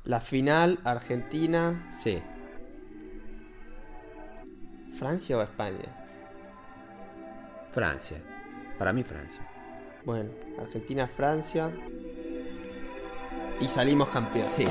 La final, Argentina, Sí. ¿Francia o España? Francia. Para mí Francia. Bueno, Argentina, Francia. Y salimos campeones. Sí.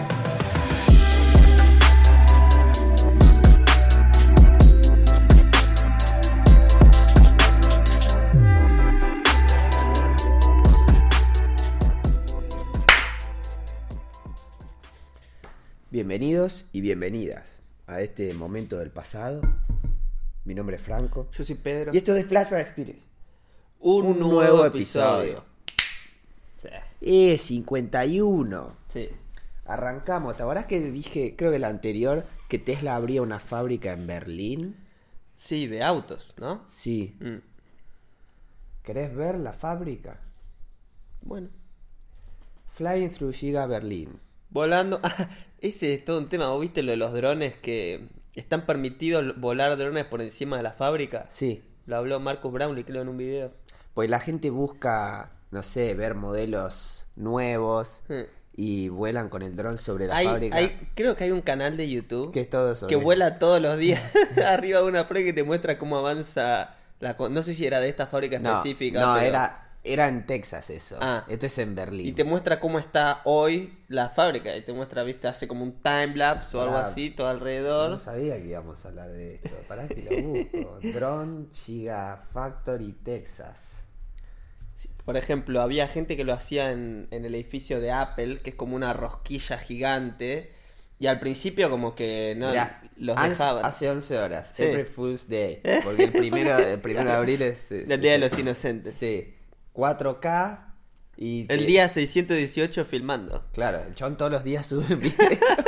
Bienvenidos y bienvenidas a este momento del pasado. Mi nombre es Franco. Yo soy Pedro. Y esto es Flashback Experience. Un nuevo episodio. Sí. 51. Sí. Arrancamos. ¿Te acordás que dije, creo que la anterior, que Tesla abría una fábrica en Berlín? Sí, de autos, ¿no? Sí. ¿Querés ver la fábrica? Bueno. Flying Through Giga Berlín. Volando. Ese es todo un tema. ¿Vos viste lo de los drones que están permitidos volar drones por encima de la fábrica? Sí. Lo habló Marcus Brownlee, creo, en un video. Pues la gente busca, no sé, ver modelos nuevos y vuelan con el dron sobre la fábrica. Creo que hay un canal de YouTube Que es todo sobre que vuela todos los días arriba de una prueba que te muestra cómo avanza no sé si era de esta fábrica específica. No, pero... era en Texas eso. Ah. Esto es en Berlín. Y te muestra cómo está hoy la fábrica. Y te muestra, viste, hace como un timelapse o algo así, todo alrededor. No sabía que íbamos a hablar de esto. Pará que lo busco. Drone Gigafactory Texas. Sí, por ejemplo, había gente que lo hacía en el edificio de Apple, que es como una rosquilla gigante. Y al principio como que no Mirá, los dejaban. Hace 11 horas. Sí. April Fool's Day. Porque el primero de abril es... El Día de los Inocentes. Sí. 4K y... El día 618 filmando. Claro, el chabón todos los días sube video.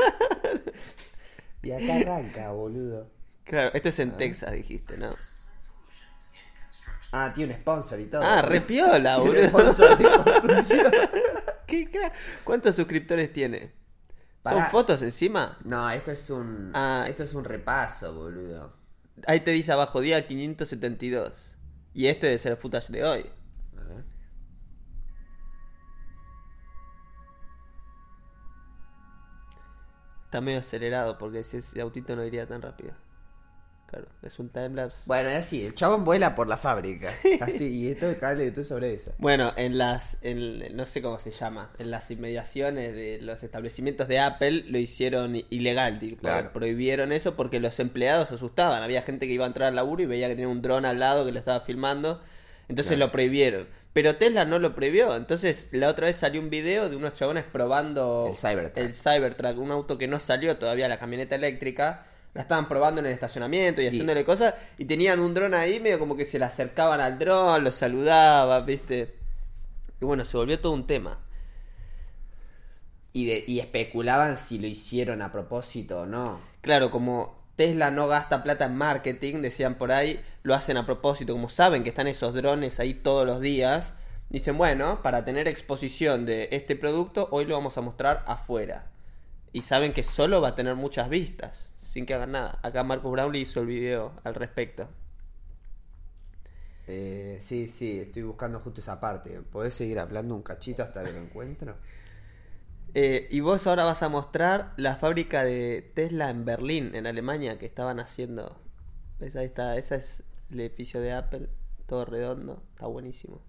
Y acá arranca, boludo. Claro, esto es en Texas, dijiste, ¿no? Ah, tiene un sponsor y todo. Ah, re piola, Tiene un boludo. sponsor de construcción. ¿Qué crack? ¿Cuántos suscriptores tiene? ¿Son Pará. fotos encima? No, esto es un... Esto es un repaso, boludo. Ahí te dice abajo, día 572. Y este debe ser el footage de hoy. A ver. Está medio acelerado porque si ese autito no iría tan rápido. Claro, es un timelapse. Bueno, es así, el chabón vuela por la fábrica. Así, y esto es canal de YouTube sobre eso. Bueno, no sé cómo se llama, en las inmediaciones de los establecimientos de Apple lo hicieron ilegal, tipo, Claro. prohibieron eso porque los empleados se asustaban. Había gente que iba a entrar al laburo y veía que tenía un dron al lado que lo estaba filmando, entonces Claro. lo prohibieron. Pero Tesla no lo prohibió, entonces la otra vez salió un video de unos chabones probando El Cybertruck, un auto que no salió todavía, la camioneta eléctrica. La estaban probando en el estacionamiento y haciéndole cosas. Y tenían un dron ahí, medio como que se le acercaban al dron, lo saludaban, ¿viste? Y bueno, se volvió todo un tema. Y especulaban si lo hicieron a propósito o no. Claro, como Tesla no gasta plata en marketing, decían por ahí, lo hacen a propósito. Como saben que están esos drones ahí todos los días, dicen, bueno, para tener exposición de este producto, hoy lo vamos a mostrar afuera. Y saben que solo va a tener muchas vistas, sin que hagan nada. Acá Marcus Brownlee hizo el video al respecto. Sí, estoy buscando justo esa parte. ¿Podés seguir hablando un cachito hasta que lo encuentro? Y vos ahora vas a mostrar la fábrica de Tesla en Berlín, en Alemania, que estaban haciendo. ¿Ves? Ahí está, ese es el edificio de Apple, todo redondo, está buenísimo.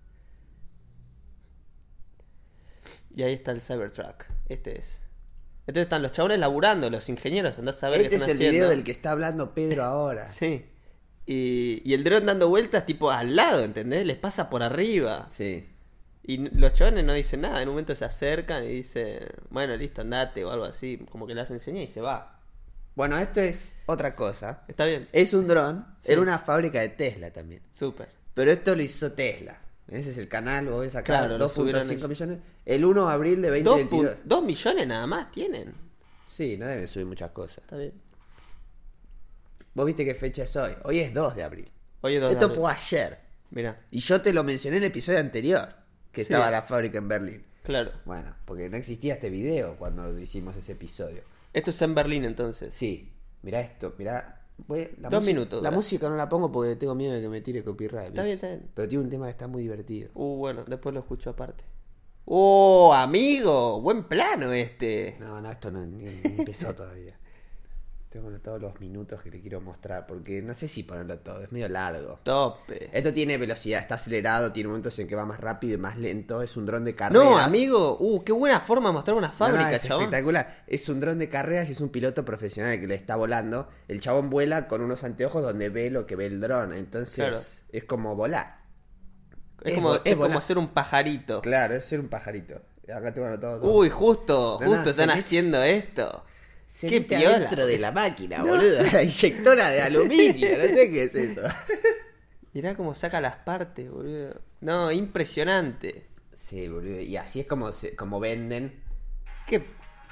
Y ahí está el Cybertruck, este es. Entonces están los chabones laburando, los ingenieros, andás a ver Este qué es están el haciendo. video del que está hablando Pedro ahora. Sí. Y el dron dando vueltas tipo al lado, ¿entendés? Les pasa por arriba. Sí. Y los chavales no dicen nada, en un momento se acercan y dicen, bueno, listo, andate o algo así, como que le hacen señas y se va. Bueno, esto es otra cosa. ¿Está bien? Es un dron. Sí. Era una fábrica de Tesla también. Súper. Pero esto lo hizo Tesla. Ese es el canal, vos ves acá, Claro, lo subieron 2.5 ellos. millones. El 1 de abril de 2022. 2 millones nada más tienen. Sí, no deben subir muchas cosas. Está bien. Vos viste qué fecha es hoy. Hoy es 2 de abril. Oye, 2 de Esto abril. fue ayer. Mirá, Y yo te lo mencioné en el episodio anterior. Que Sí. estaba la fábrica en Berlín. claro. Bueno, porque no existía este video cuando hicimos ese episodio. Esto es en Berlín entonces. Sí, mirá esto, mirá. Dos minutos La dura. música no la pongo porque tengo miedo de que me tire copyright. Está ¿viste? bien, está bien. Pero tiene un tema que está muy divertido. Bueno, después lo escucho aparte. ¡Oh, amigo! Buen plano este. No, esto ni empezó todavía. Tengo todos los minutos que le quiero mostrar, porque no sé si ponerlo todo, es medio largo. Tope. Esto tiene velocidad, está acelerado, tiene momentos en que va más rápido y más lento, es un dron de carreras. No, amigo, qué buena forma de mostrar una fábrica, es chabón. espectacular. Es un dron de carreras y es un piloto profesional que le está volando. El chabón vuela con unos anteojos donde ve lo que ve el dron, entonces Claro. es como volar. Es como volar. hacer un pajarito. Claro, es ser un pajarito. Acá tengo anotado todo. Uy, justo No, están se haciendo esto. Se qué mete piola. adentro de la máquina, boludo. La inyectora de aluminio, no sé qué es eso. Mirá cómo saca las partes, boludo. No, impresionante. Sí, boludo. Y así es como venden. Qué...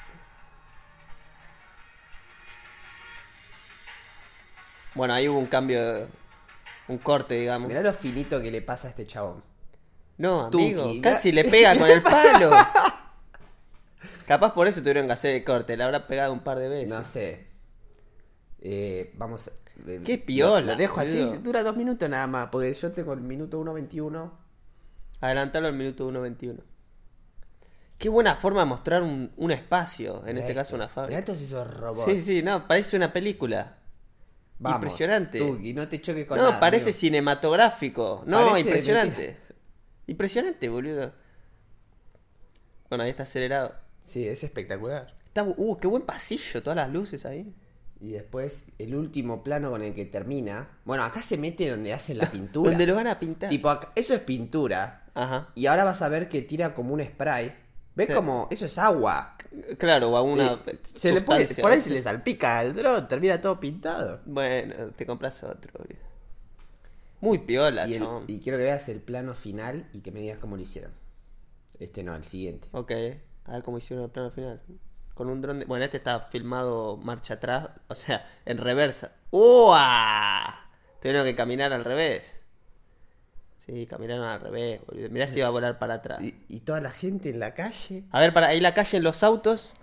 Bueno, ahí hubo un cambio, un corte, digamos. Mirá lo finito que le pasa a este chabón. No, Tuki, amigo, casi le pega con el palo. Capaz por eso tuvieron que hacer el corte, le habrá pegado un par de veces. No sé. Vamos. Qué piola, Lo dejo así, boludo. dura 2 minutos nada más, porque yo tengo el minuto 1:21. Adelantarlo al minuto 1:21. Qué buena forma de mostrar un espacio, en Mirá este esto, caso una mirá fábrica. todos esos robots. Sí, sí, no, parece una película. Vamos, Impresionante. Tuki, no te choques con No, nada. parece amigo. cinematográfico. No, Parece impresionante. Impresionante, boludo. Bueno, ahí está acelerado. Sí, es espectacular. Qué buen pasillo, todas las luces ahí. Y después, el último plano con el que termina. Bueno, acá se mete donde hacen la pintura. Donde lo van a pintar. Tipo, eso es pintura. Ajá. Y ahora vas a ver que tira como un spray. ¿Ves Sí. como eso es agua? Claro, o a una Se le puede, sustancia. por ahí se le salpica al dron, termina todo pintado. Bueno, te compras otro, boludo. Muy piola, Y, chabón. y quiero que veas el plano final y que me digas cómo lo hicieron. Este no, el siguiente. Ok, a ver cómo hicieron el plano final. Con un dron de... Bueno, este está filmado marcha atrás, o sea, en reversa. ¡Uah! Tuvieron que caminar al revés. Sí, caminaron al revés, boludo. Mirá si iba a volar para atrás. Y toda la gente en la calle. A ver, para ahí la calle en los autos.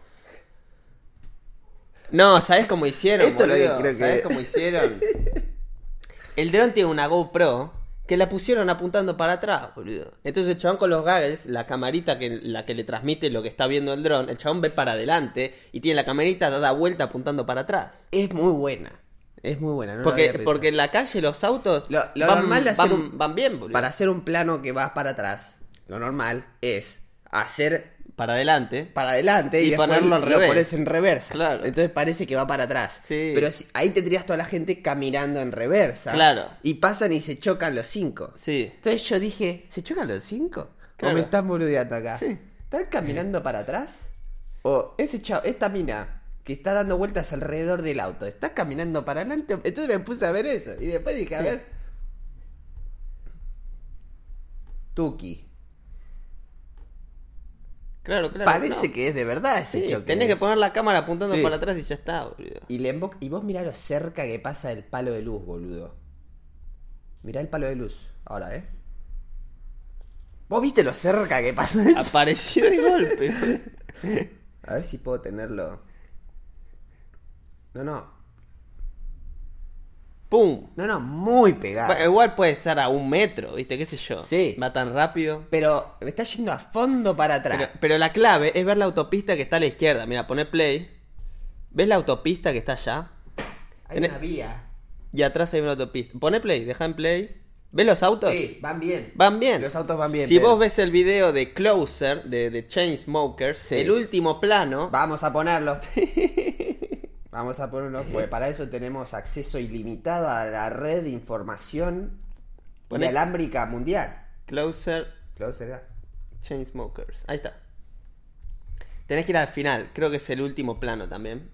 No, ¿sabés cómo hicieron, Esto es lo que boludo? quiero que- ¿Sabés cómo hicieron? El dron tiene una GoPro que la pusieron apuntando para atrás, boludo. Entonces el chabón con los goggles, la camarita la que le transmite lo que está viendo el dron, el chabón ve para adelante y tiene la camarita dada vuelta apuntando para atrás. Es muy buena. Es muy buena. No lo había Porque, pensado. porque en la calle los autos Lo van, normal de hacer van bien, boludo. para hacer un plano que vas para atrás, lo normal es hacer Para adelante. para adelante Y y, después ponerlo al lo revés. pones en reversa. Claro. Entonces parece que va para atrás. Sí. Pero ahí tendrías toda la gente caminando en reversa. Claro. Y pasan y se chocan los 5. Sí. Entonces yo dije, ¿se chocan los 5? Claro. ¿O me están boludeando acá? Sí. ¿Están caminando para atrás? ¿O esta mina que está dando vueltas alrededor del auto está caminando para adelante? Entonces me puse a ver eso. Y después dije, a Sí. ver. Tuki. Claro, claro. Parece no. que es de verdad ese Sí, choque. tenés que poner la cámara apuntando Sí. para atrás y ya está, boludo. Y vos mirá lo cerca que pasa el palo de luz, boludo. Mirá el palo de luz. Ahora, ¿Vos viste lo cerca que pasó eso? Apareció de golpe. A ver si puedo tenerlo. No. ¡Pum! No, muy pegado. Bueno, igual puede estar a 1 metro, ¿viste? ¿Qué sé yo? Sí. Va tan rápido. Pero me está yendo a fondo para atrás. Pero la clave es ver la autopista que está a la izquierda. Mira, poné play. ¿Ves la autopista que está allá? Hay una vía. Y atrás hay una autopista. Poné play, deja en play. ¿Ves los autos? Sí, van bien. Van bien. Los autos van bien. Si pero- vos ves el video de Closer, de Chainsmokers, Sí. el último plano... Vamos a ponerlo. Vamos a ponerlo. Pues para eso tenemos acceso ilimitado a la red de información Poné- inalámbrica mundial. Closer, Closer. Chainsmokers. Ahí está. Tenés que ir al final. Creo que es el último plano también.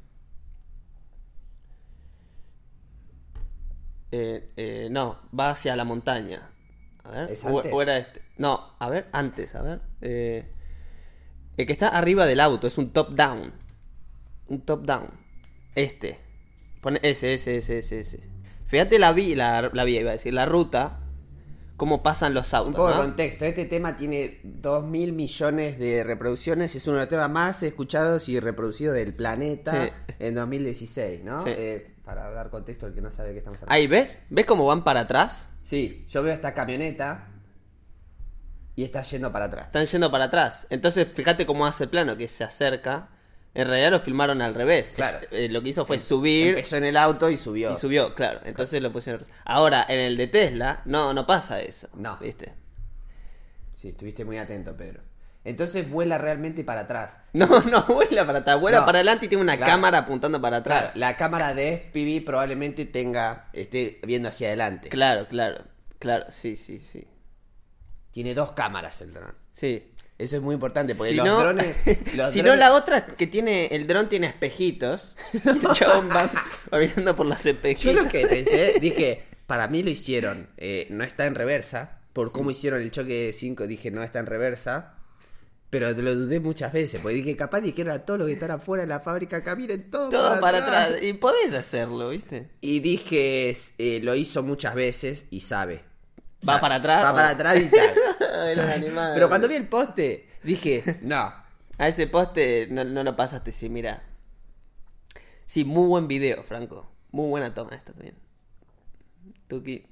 No, va hacia la montaña. A ver. ¿Es o- antes? o era este. No, a ver, antes, a ver. El que está arriba del auto es un top down. Un top down. Este. Pone ese. Fíjate la vía, iba a decir, la ruta. Cómo pasan los autos. Un poco de ¿no? contexto. Este tema tiene 2.000 millones de reproducciones. Es uno de los temas más escuchados y reproducidos del planeta Sí. en 2016, ¿no? Sí. Para dar contexto al que no sabe de qué estamos hablando. Ahí, ¿ves? ¿Ves cómo van para atrás? Sí, yo veo esta camioneta. Y está yendo para atrás. Están yendo para atrás. Entonces, fíjate cómo hace el plano, que se acerca. En realidad lo filmaron al revés. Claro. Lo que hizo fue subir Empezó en el auto y subió. y subió, claro. Entonces lo pusieron. Ahora, en el de Tesla, no pasa eso. No. ¿Viste? Sí, estuviste muy atento, Pedro. Entonces vuela realmente para atrás. No vuela para atrás, vuela No. para adelante y tiene una Claro. cámara apuntando para atrás. Claro, la cámara de FPV probablemente esté viendo hacia adelante. Claro, sí. Tiene 2 cámaras el dron. Sí. Eso es muy importante porque Si los no, drones. si no, la otra que tiene, el dron tiene espejitos. El chabón va mirando por las Yo espejitos. lo que pensé, dije, para mí lo hicieron, no está en reversa. Por cómo hicieron el choque de 5, dije, no está en reversa. Pero lo dudé muchas veces, porque dije, capaz dijeron a todos los que están afuera de la fábrica, caminen todo para atrás. Y podés hacerlo, ¿viste? Y dije, lo hizo muchas veces y sabe. ¿Va para atrás? Va para atrás y sabe. Ay, los animales. Pero cuando vi el poste, dije, no. A ese poste no lo pasaste, sí, mira. Sí, muy buen video, Franco. Muy buena toma esta también. Tuki.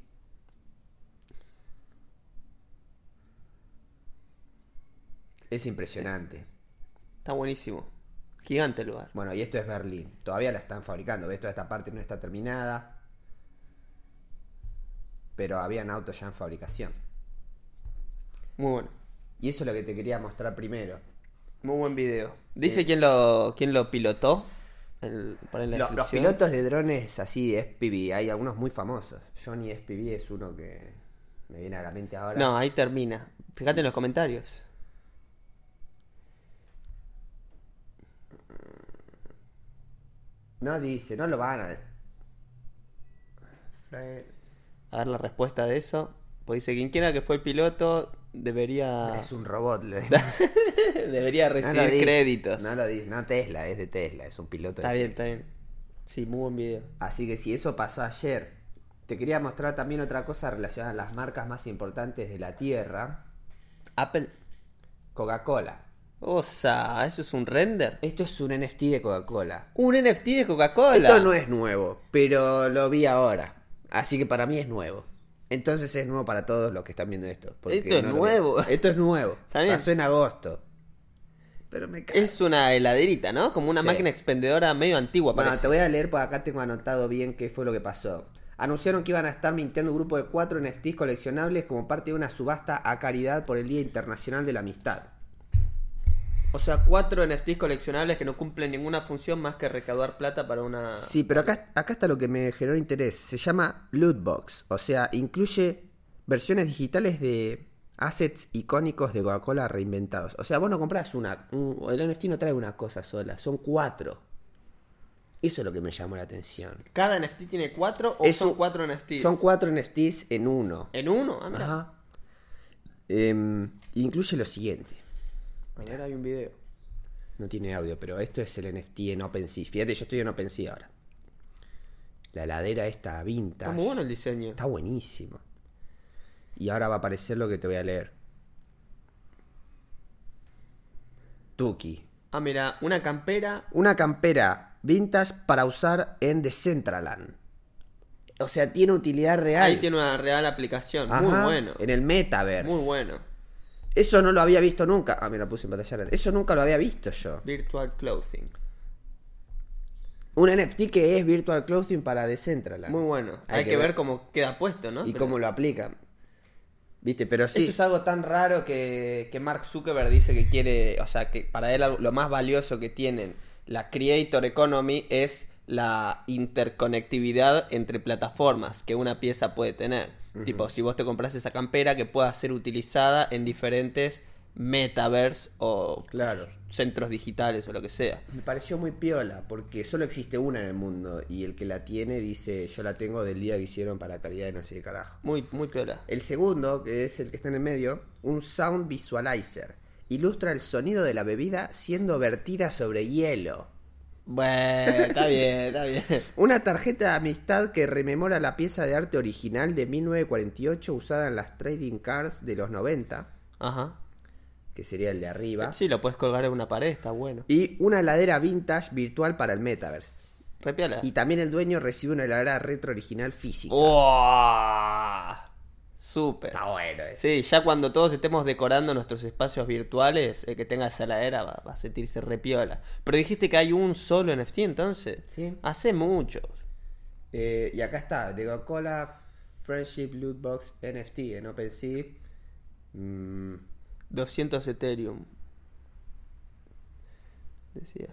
Es impresionante. Está buenísimo. Gigante el lugar. Bueno, y esto es Berlín. Todavía la están fabricando. ¿Ves? Toda esta parte no está terminada. Pero habían autos ya en fabricación. Muy bueno. Y eso es lo que te quería mostrar primero. Muy buen video. Dice quién lo pilotó. Por ahí en la Los descripción. pilotos de drones así, FPV, hay algunos muy famosos. Johnny FPV es uno que me viene a la mente ahora. No, ahí termina. Fíjate en los comentarios. No dice, no lo van a... A ver la respuesta de eso. Pues dice, quien quiera que fue el piloto debería Es un robot. debería No recibir lo dice, créditos. No lo dice, no Tesla, es de Tesla, es un piloto Está de bien, Tesla. está bien. Sí, muy buen video. Así que si eso pasó ayer, te quería mostrar también otra cosa relacionada a las marcas más importantes de la Tierra. Apple. Coca-Cola. O sea, ¿eso es un render? Esto es un NFT de Coca-Cola. Un NFT de Coca-Cola. Esto no es nuevo, pero lo vi ahora. Así que para mí es nuevo. Entonces es nuevo para todos los que están viendo esto. porque Esto es no lo nuevo. ven. Esto es nuevo. Está bien. Pasó en agosto. Pero me cago. Es una heladerita, ¿no? Como una Sí. máquina expendedora medio antigua, Bueno, parece. te voy a leer porque acá tengo anotado bien qué fue lo que pasó. Anunciaron que iban a estar mintiendo un grupo de 4 NFTs coleccionables como parte de una subasta a caridad por el Día Internacional de la Amistad. O sea, 4 NFTs coleccionables que no cumplen ninguna función más que recaudar plata para una... Sí, pero acá está lo que me generó interés. Se llama Lootbox, o sea, incluye versiones digitales de assets icónicos de Coca-Cola reinventados. O sea, vos no comprás el NFT no trae una cosa sola, son 4. Eso es lo que me llamó la atención. ¿Cada NFT tiene 4 o Eso- son 4 NFTs? Son 4 NFTs en uno. ¿En uno? Ah, mira. Ajá. Incluye lo siguiente. Ahora hay un video. No tiene audio, pero esto es el NFT en OpenSea. Fíjate, yo estoy en OpenSea ahora. La heladera esta vintage. Está muy bueno el diseño. Está buenísimo. Y ahora va a aparecer lo que te voy a leer. Tuki. Ah, mira, una campera. Una campera vintage para usar en Decentraland. O sea, tiene utilidad real. Ahí tiene una real aplicación. Ajá, Muy bueno. En el Metaverse. Muy bueno. Eso no lo había visto nunca. Ah, mira, puse en pantalla grande. Eso nunca lo había visto yo. Virtual Clothing. Un NFT que es Virtual Clothing para Decentraland. Muy bueno. Hay que ver cómo queda puesto, ¿no? Y Pero cómo lo aplican. ¿Viste? Pero sí. eso es algo tan raro que Mark Zuckerberg dice que quiere, o sea, que para él lo más valioso que tienen la Creator Economy es la interconectividad entre plataformas que una pieza puede tener. Tipo, si vos te compras esa campera que pueda ser utilizada en diferentes metaverse o Claro. centros digitales o lo que sea. Me pareció muy piola, porque solo existe una en el mundo. Y el que la tiene dice, yo la tengo del día que hicieron para calidad de no sé qué carajo. Muy, muy piola. El segundo, que es el que está en el medio, un Sound Visualizer. Ilustra el sonido de la bebida siendo vertida sobre hielo. Bueno, está bien, está bien. Una tarjeta de amistad que rememora la pieza de arte original de 1948 usada en las trading cards de los 90, Ajá. que sería el de arriba. Sí, lo puedes colgar en una pared, está bueno. Y una heladera vintage virtual para el Metaverse. Re piola. Y también el dueño recibe una heladera retro original física. ¡Wow! Súper. Está bueno eso. Sí, ya cuando todos estemos decorando nuestros espacios virtuales, el que tenga esa heladera va a sentirse repiola. Pero dijiste que hay un solo NFT entonces. Sí. Hace muchos. Y acá está, de Coca-Cola Friendship Loot Box NFT en OpenSea. 200 Ethereum. Decía.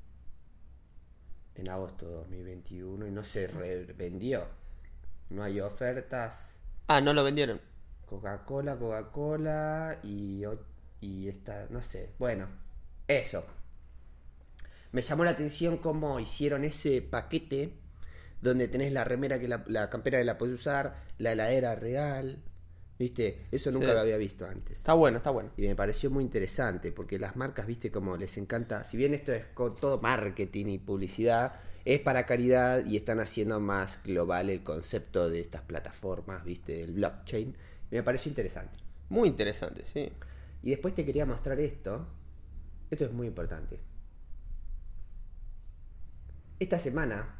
En agosto de 2021 y no se revendió. No hay ofertas. Ah, no lo vendieron. Coca-Cola y esta, no sé. Bueno, eso. Me llamó la atención cómo hicieron ese paquete donde tenés la remera que la campera que la podés usar, la heladera real. ¿Viste? Eso nunca Sí. lo había visto antes. Está bueno, está bueno. Y me pareció muy interesante porque las marcas, viste, como les encanta, si bien esto es con todo marketing y publicidad, es para caridad y están haciendo más global el concepto de estas plataformas, viste, el blockchain. Me pareció interesante. Muy interesante, sí. Y después te quería mostrar esto. Esto es muy importante. Esta semana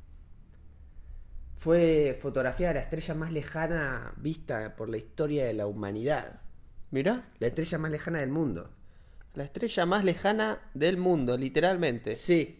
fue fotografiada la estrella más lejana vista por la historia de la humanidad. Mirá, La estrella más lejana del mundo. la estrella más lejana del mundo, literalmente. Sí.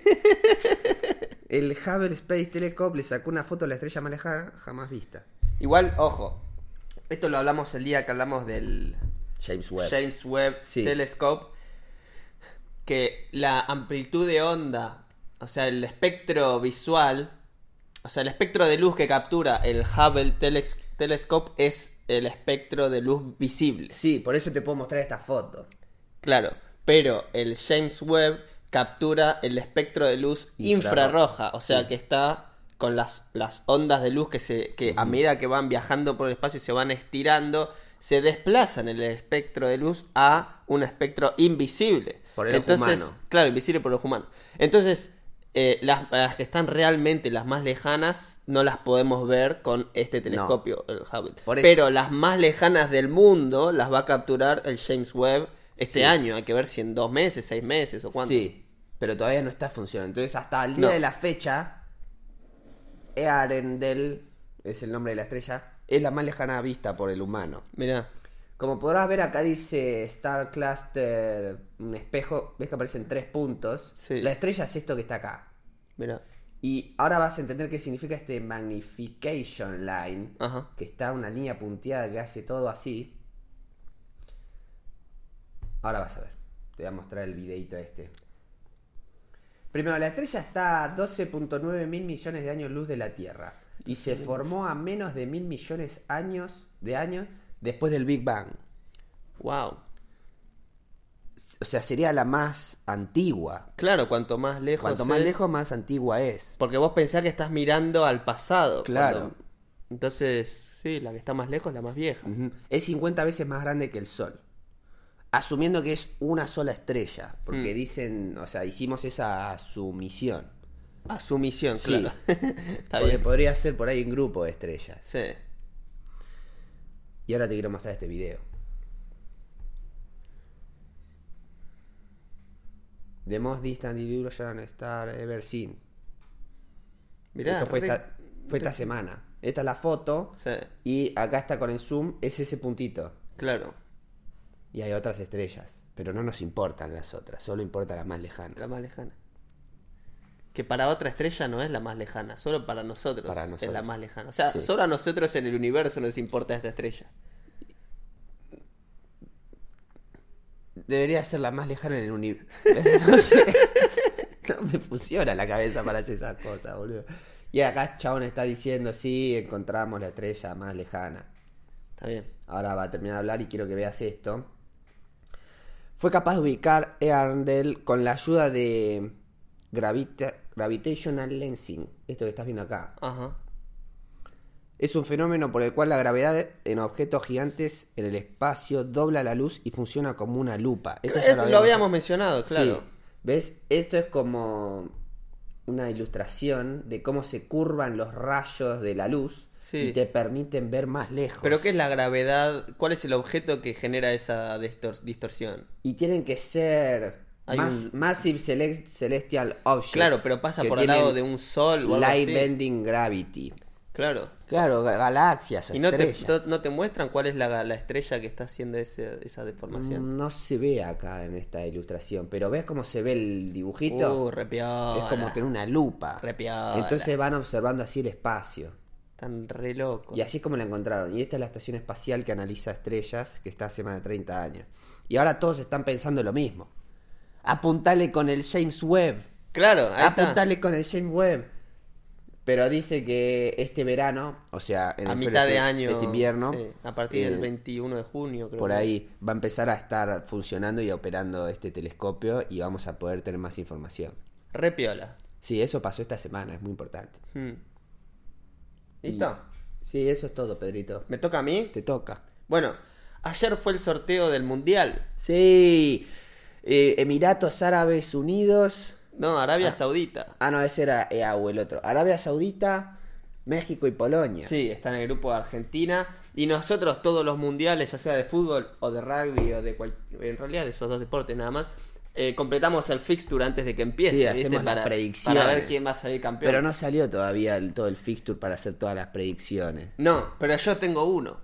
El Hubble Space Telescope le sacó una foto a la estrella más lejana jamás vista. Igual, ojo, esto lo hablamos el día que hablamos del James Webb. James Webb Sí. Telescope, que la amplitud de onda, o sea, el espectro visual, o sea, el espectro de luz que captura el Hubble Telescope es el espectro de luz visible. Sí, por eso te puedo mostrar esta foto. Claro, pero el James Webb captura el espectro de luz infrarroja, o sea Sí. que está con las ondas de luz que a medida que van viajando por el espacio y se van estirando, se desplazan en el espectro de luz a un espectro invisible. Por el ojo humano. Claro, invisible por el ojo humano. Entonces, las que están realmente las más lejanas no las podemos ver con este telescopio, el Hubble. Por eso. Pero las más lejanas del mundo las va a capturar el James Webb este Sí. año. Hay que ver si en 2 meses, 6 meses o cuánto. Sí, pero todavía no está funcionando. Entonces, hasta el día No. de la fecha, Earendel, es el nombre de la estrella, es la más lejana vista por el humano. Mirá. Como podrás ver, acá dice Star Cluster, un espejo, ves que aparecen 3 puntos. Sí. La estrella es esto que está acá. Mirá. Y ahora vas a entender qué significa este Magnification Line, Ajá. que está una línea punteada que hace todo así. Ahora vas a ver. Te voy a mostrar el videito este. Primero, la estrella está a 12.9 mil millones de años luz de la Tierra. Y se formó a menos de 1.000 millones de años después del Big Bang. Wow. O sea, sería la más antigua. Claro, cuanto más lejos Cuanto más es- lejos, más antigua es. Porque vos pensás que estás mirando al pasado. Claro. Entonces, sí, la que está más lejos es la más vieja. Ujú. Es 50 veces más grande que el Sol. Asumiendo que es una sola estrella. Porque dicen, o sea, hicimos esa sumisión. A su misión, Sí. claro. Está Porque bien. podría ser por ahí un grupo de estrellas. Sí. Y ahora te quiero mostrar este video. The most distant illusion star ever seen. Mirá, Esto fue re- esta semana. Esta es la foto. Sí, Y acá está con el zoom. Es ese puntito. claro. Y hay otras estrellas. Pero no nos importan las otras. Solo importa la más lejana. La más lejana. Que para otra estrella no es la más lejana, solo para nosotros, Para es nosotros. la más lejana. O sea, Sí. solo a nosotros en el universo nos importa esta estrella. Debería ser la más lejana en el universo. No sé. No me funciona la cabeza para hacer esas cosas, boludo. Y acá Chabón está diciendo, sí, encontramos la estrella más lejana. Está bien. Ahora va a terminar de hablar y quiero que veas esto. Fue capaz de ubicar Earendel con la ayuda de Gravitational Lensing. Esto que estás viendo acá. Ajá. Es un fenómeno por el cual la gravedad en objetos gigantes en el espacio dobla la luz y funciona como una lupa. Esto ya Lo habíamos mencionado, claro. Sí. ¿Ves? Esto es como una ilustración de cómo se curvan los rayos de la luz Sí. y te permiten ver más lejos. Pero ¿qué es la gravedad? ¿Cuál es el objeto que genera esa distorsión? Y tienen que ser Hay Massive Celestial Objects. Claro, pero pasa que por al lado tienen de un sol o algo Light así. Bending Gravity. Claro. Claro, galaxias o ¿Y no estrellas. no te muestran cuál es la estrella que está haciendo esa deformación? No se ve acá en esta ilustración, pero ves cómo se ve el dibujito. Re piola. Es como tener una lupa. Re piola. Entonces van observando así el espacio. Están re locos. Y así es como la encontraron. Y esta es la estación espacial que analiza estrellas, que está hace más de 30 años. Y ahora todos están pensando lo mismo. Apuntale con el James Webb. Claro, ahí está. Apuntale con el James Webb. Pero dice que este verano, o sea, en A el mitad de hemisferio año. este invierno, Sí, a partir del 21 de junio, creo. por que. ahí va a empezar a estar funcionando y operando este telescopio y vamos a poder tener más información. Re piola. Sí, eso pasó esta semana, es muy importante. ¿Listo? Sí, eso es todo, Pedrito. ¿Me toca a mí? Te toca. Bueno, ayer fue el sorteo del Mundial. Sí, Emiratos Árabes Unidos. No, Arabia Saudita. Ah, no, ese era EAU, el otro. Arabia Saudita, México y Polonia. Sí, está en el grupo de Argentina. Y nosotros todos los mundiales, ya sea de fútbol o de rugby o en realidad de esos dos deportes nada más, completamos el fixture antes de que empiece. Sí, ¿viste? hacemos las predicciones. Para ver quién va a salir campeón. Pero no salió todavía todo el fixture para hacer todas las predicciones. No, pero yo tengo uno.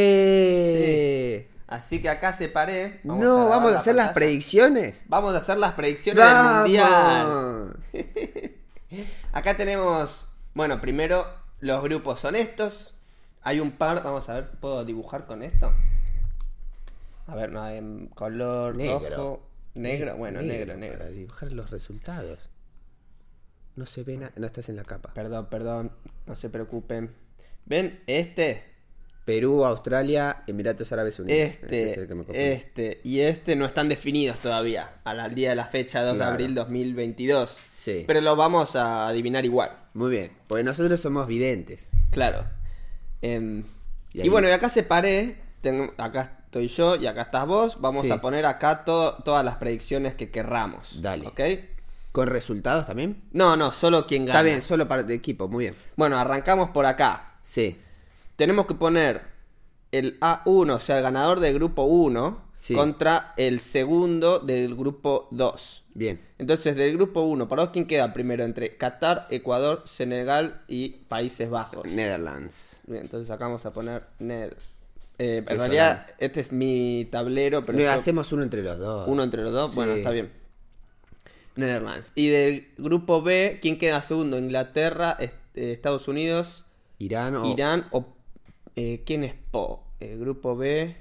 Así que acá separé. No, vamos a hacer las predicciones. Vamos a hacer las predicciones del mundial. Acá tenemos, bueno, primero los grupos son estos. Hay un par, vamos a ver, ¿puedo dibujar con esto? A ver, no, en color Negro. rojo, negro, bueno, negro. Para dibujar los resultados. No se ve nada, no estás en la capa. Perdón, no se preocupen. ¿Ven? Perú, Australia, Emiratos Árabes Unidos. Es el que me confundí. Y este no están definidos todavía, al día de la fecha 2 de Claro. abril 2022. Sí. Pero lo vamos a adivinar igual. Muy bien, porque nosotros somos videntes. Claro. Y ahí- Y bueno, y acá separé, acá estoy yo y acá estás vos. Vamos Sí. a poner acá todas las predicciones que querramos. Dale. ¿Ok? ¿Con resultados también? No, solo quien gana. Está bien, solo para de equipo, muy bien. Bueno, arrancamos por acá. Sí. Tenemos que poner el A1, o sea, el ganador del grupo 1, Sí. contra el segundo del grupo 2. Bien. Entonces, del grupo 1, ¿para vos quién queda primero? Entre Qatar, Ecuador, Senegal y Países Bajos. Netherlands. Bien, entonces acá vamos a poner Ned. En Qué realidad, sonante. este es mi tablero, pero No, yo- hacemos uno entre los dos. uno entre los dos. Sí. Bueno, está bien. Netherlands. Y del grupo B, ¿quién queda segundo? Inglaterra, Estados Unidos, Irán o Irán o... ¿quién es Po? El grupo B...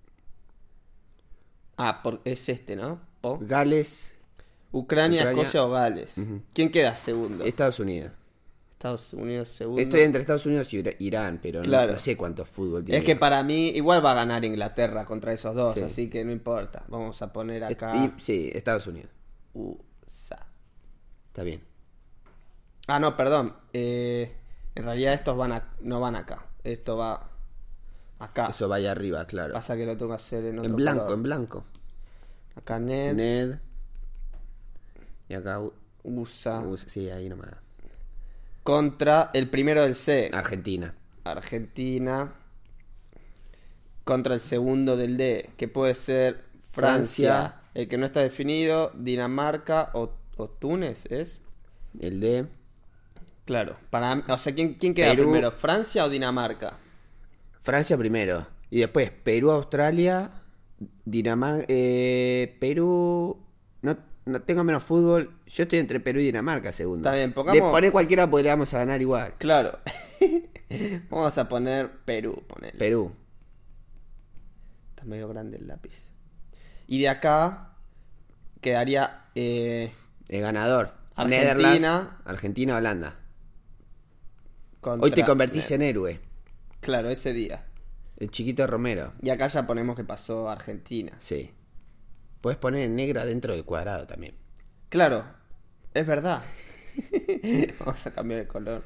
es este, ¿no? Po. Gales, Ucrania, Ucrania. Escocia o Gales. Ujú. ¿Quién queda segundo? Estados Unidos. Estados Unidos segundo. Estoy entre Estados Unidos y Irán, pero no- Claro. no sé cuánto fútbol tiene. Es que para mí igual va a ganar Inglaterra contra esos dos, Sí. así que no importa. Vamos a poner acá... Sí, Estados Unidos. USA. Está bien. Ah, no, perdón. En realidad estos no van acá. Esto va acá. Eso vaya arriba, claro. Pasa que lo tengo que hacer en otro En blanco, color. en blanco. Acá Ned, Ned. Y acá USA. sí, ahí nomás. Contra el primero del C. Argentina. Argentina. Contra el segundo del D. Que puede ser Francia. Francia. El que no está definido. Dinamarca o Túnez, ¿es? El de Claro. O sea, ¿quién queda Perú. primero? ¿Francia o Dinamarca? Francia primero. Y después Perú, Australia, Dinamarca. Perú. No tengo menos fútbol. Yo estoy entre Perú y Dinamarca, segundo. Está bien, De pongamos- poner cualquiera porque le vamos a ganar igual. Claro. Vamos a poner Perú. Ponele. Perú. Está medio grande el lápiz. Y de acá quedaría El ganador. Argentina. Netherlands, Argentina, Holanda. contra... Hoy te convertís en héroe. Claro, ese día. El chiquito Romero. Y acá ya ponemos que pasó Argentina. Sí. Puedes poner en negro adentro del cuadrado también. Claro, es verdad. Vamos a cambiar el color.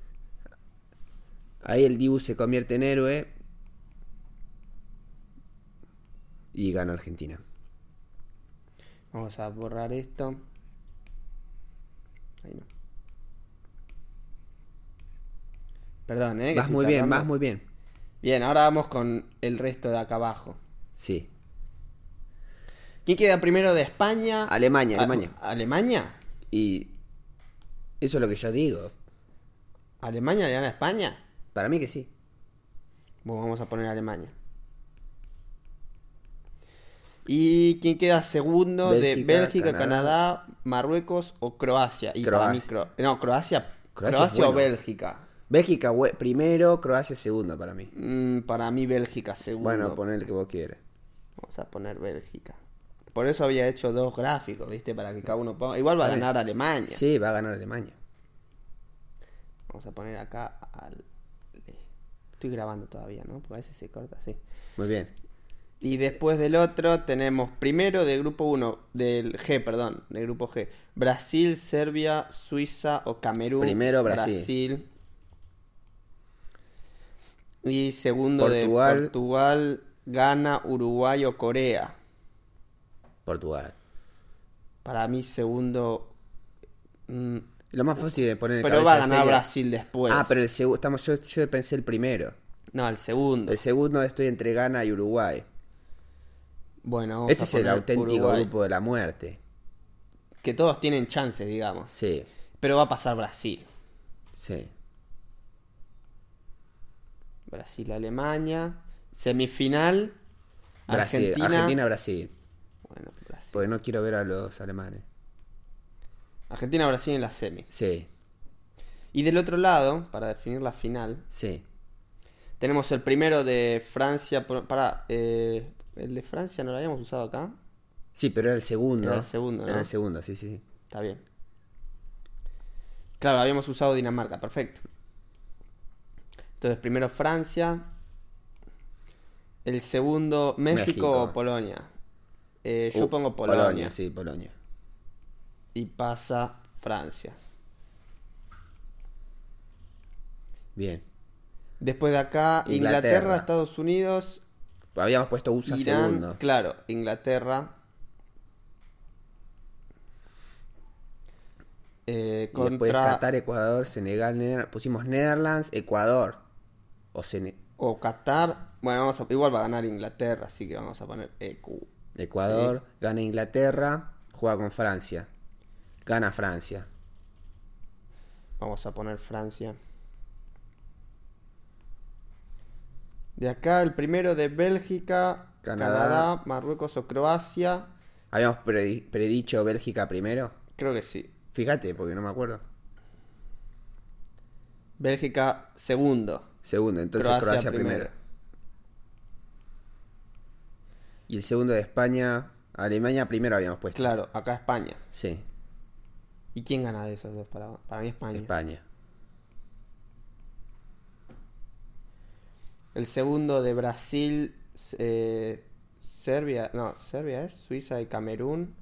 Ahí el Dibu se convierte en héroe. Y gana Argentina. Vamos a borrar esto. Ahí no. Perdón, que Vas estoy muy bien, tardando. vas muy bien. Bien, ahora vamos con el resto de acá abajo. Sí. ¿Quién queda primero de España? Alemania, Alemania. ¿Alemania? Y eso es lo que yo digo. ¿Alemania le gana a España? Para mí que sí. Bueno, vamos a poner Alemania. ¿Y quién queda segundo de Bélgica, Canadá, Marruecos o Croacia? Y para mí, Croacia es o bueno. Bélgica. Bélgica primero, Croacia segundo para mí. Para mí Bélgica segundo. Bueno, poner el que vos quieras. Vamos a poner Bélgica. Por eso había hecho 2 gráficos, ¿viste? Para que cada uno ponga. Igual va a ganar Alemania. Sí, va a ganar Alemania. Vamos a poner acá Estoy grabando todavía, ¿no? Porque a veces se corta así. Muy bien. Y después del otro tenemos primero del grupo 1, del grupo G. Brasil, Serbia, Suiza o Camerún. Primero Brasil. Y segundo de Portugal, Ghana, Uruguay o Corea. Portugal. Para mí segundo... Lo más fácil de poner en pero va a ganar Brasil después. Ah, pero el segundo... Yo pensé el primero. No, el segundo. El segundo estoy entre Ghana y Uruguay. Bueno, vamos este a es el auténtico Uruguay. grupo de la muerte. Que todos tienen chances, digamos. Sí. Pero va a pasar Brasil. Sí. Brasil, Alemania. Semifinal. Brasil. Argentina, Brasil. Bueno, Brasil. Porque no quiero ver a los alemanes. Argentina, Brasil en la semi. Sí. Y del otro lado, para definir la final, Sí. tenemos el primero de Francia. ¿El de Francia no lo habíamos usado acá? Sí, pero era el segundo. Era el segundo, ¿no? Era el segundo, sí. Está bien. Claro, habíamos usado Dinamarca, perfecto. Entonces, primero Francia. El segundo, México o Polonia. Yo pongo Polonia. Polonia, sí, Polonia. Y pasa Francia. Bien. Después de acá, Inglaterra, Estados Unidos. Habíamos puesto USA Irán, segundo. Claro, Inglaterra. Y después Qatar, Ecuador, Senegal, pusimos Netherlands, Ecuador. O Qatar. Bueno, igual va a ganar Inglaterra, así que vamos a poner Ecuador, sí. Gana Inglaterra, juega con Francia. Gana Francia. Vamos a poner Francia. De acá el primero de Bélgica, Canadá, Marruecos o Croacia. Habíamos predicho Bélgica primero. Creo que sí. Fíjate, porque no me acuerdo. Bélgica segundo. Segundo, entonces Croacia primero. Y el segundo de España, Alemania primero habíamos puesto. Claro, acá España. Sí. ¿Y quién gana de esos dos? Para mí España. España. El segundo de Brasil, Serbia. No, Serbia es Suiza y Camerún.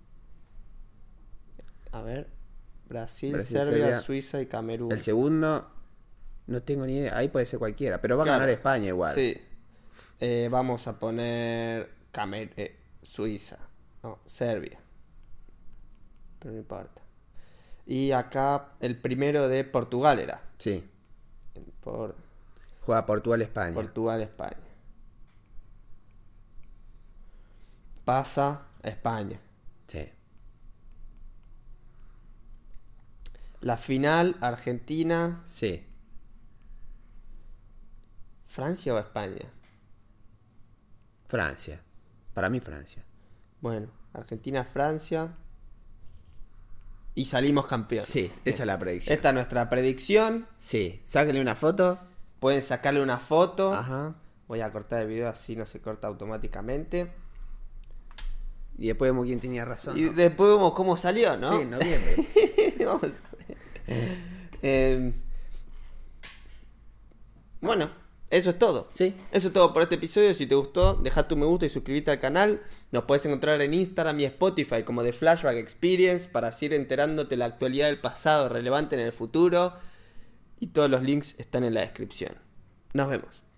A ver. Brasil, Serbia, Suiza y Camerún. El segundo, no tengo ni idea. Ahí puede ser cualquiera, pero va a ganar España igual. Sí. Vamos a poner Suiza. No, Serbia. Pero no importa. Y acá el primero de Portugal era. Sí. Por Juega Portugal-España. Portugal-España. Pasa España. Sí. La final, Argentina. Sí. ¿Francia o España? Francia. Para mí Francia. Bueno, Argentina-Francia. Y salimos campeones. Sí, esa es la predicción. Esta es nuestra predicción. Sí, sáquenle una foto. Pueden sacarle una foto. Ajá. Voy a cortar el video así no se corta automáticamente. Y después vemos quién tenía razón. Y ¿no? después vemos cómo salió, ¿no? Sí, en noviembre. Vamos a ver. Bueno, eso es todo. Sí. Eso es todo por este episodio. Si te gustó, deja tu me gusta y suscríbete al canal. Nos puedes encontrar en Instagram y Spotify como The Flashback Experience para así ir enterándote la actualidad del pasado relevante en el futuro. Y todos los links están en la descripción. Nos vemos.